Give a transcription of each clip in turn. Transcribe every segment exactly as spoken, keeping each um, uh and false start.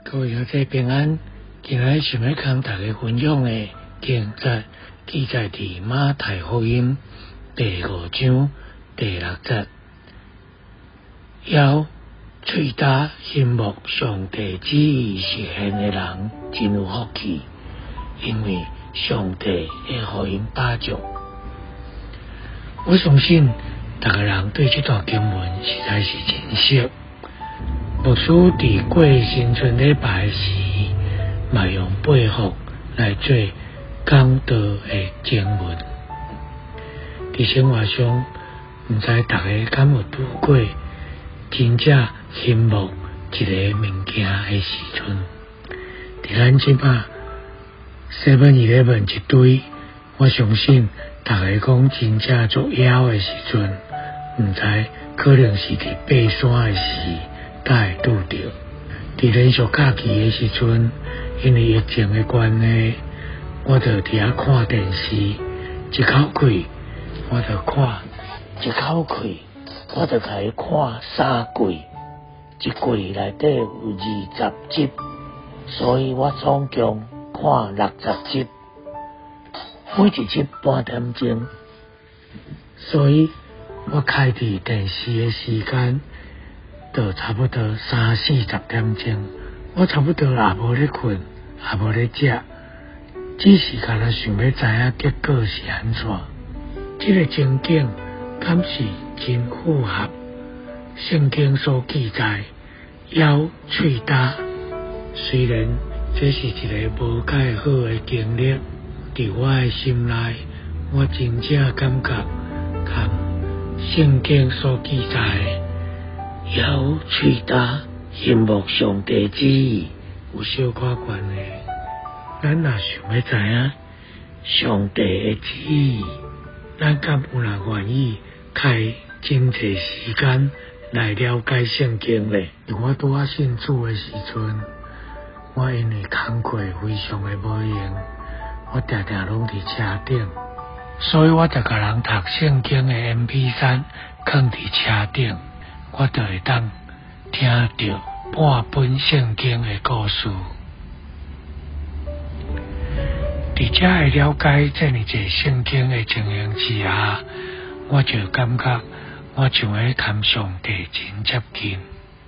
各位小姐平安，今日想要跟大家分享的经节记载伫马太福音第五章第六节，要喙焦心目上帝旨意实现的人真有福气，因为上帝会互因把助。我相信大家人对这段经文实在是真熟。牧师伫过新春礼拜时，嘛用八福来做讲道的经文。伫生活上，毋知大家敢有拄过真正羡慕一个物件的时阵？伫咱即摆 seven eleven 一堆，我相信大家讲真正作妖的时阵，毋知可能是伫爬山的时。才会拄着。伫连续假期的时阵，因为疫情的关系，我就伫遐看电视，一口气我就看，一口气我就开始看三季，一季内底有二十集，所以我总共看六十集，每一集半点钟，所以我开伫电视的时间。就差不多三四十点钟，我差不多也无咧困，也无咧食，只是干那想要知影结果是安怎。这个情景敢是真符合圣经所记载要喙焦。虽然这是一个无介好的经历，伫我的心内，我真正感觉甲圣经所记载的要喙焦心目上帝旨意有小可关系。咱若想要知影上帝的旨意，咱敢有人愿意开真侪时间来了解圣经咧？我拄啊信主的时阵，我因为工课非常的无闲，我常常拢伫车顶，所以我就甲人读圣经的 M P 三 放伫车顶。我就会当听到半本圣经的故事，伫遮会了解这么侪圣经的情形之下，我就感觉我像会跟上帝真接近。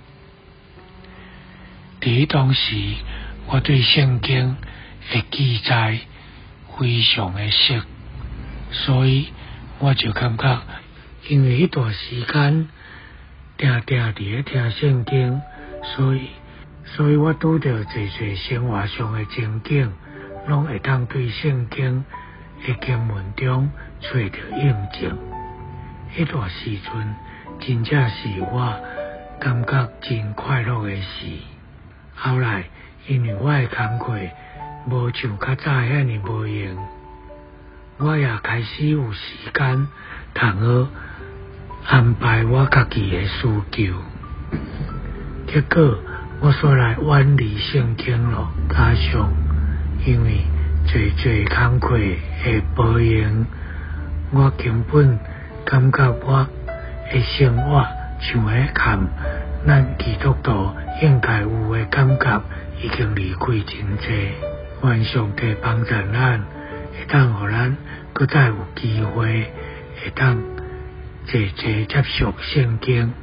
伫当时，我对圣经的记载非常的熟，所以我就感觉，因为迄段时间。定定伫咧听圣经，所以所以我拄着侪侪生活上的情景，拢会当对圣经的经文中找到印证。迄段时阵，真正是我感觉真快乐的事。后来，因为我的工课无像较早遐尼无闲，我也开始有时间通好。安排我家己的需求，结果我煞来远离圣经咯。加上因为侪侪工课的无闲，我根本感觉我的生活像喺看咱基督徒应该有的感觉已经离开真济。愿上帝帮助咱，会当互咱搁再有机会会当。侪侪接受圣经。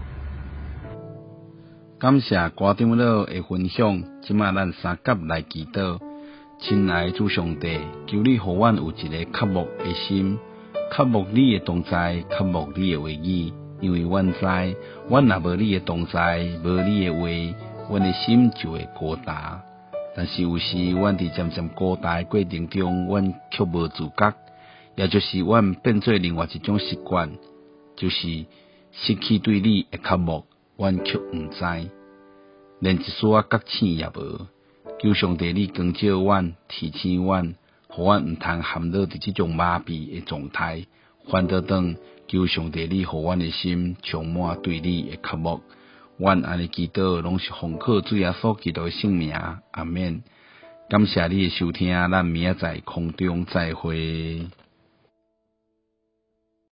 感谢歌长老的分享，即马咱三甲来祈祷。亲爱的主上帝，求你互阮有一个渴慕的心，渴慕你的同在，渴慕你的话语。因为阮知，阮若无你的同在，无你的话，阮的心就会孤单。但是有时，阮伫渐渐孤单的过程中，阮却无自觉，也就是阮变做另外一种习惯。就是失去对你的渴慕，阮却毋知，连一丝仔觉醒也无。求上帝你光照阮，提醒阮，互阮毋通陷落伫即种麻痹的状态，反倒转。求上帝你互阮的心充满对你的渴慕。阮安尼祈祷，拢是奉靠主耶稣基督的圣名，阿免。感谢你的收听，咱明仔载空中再会。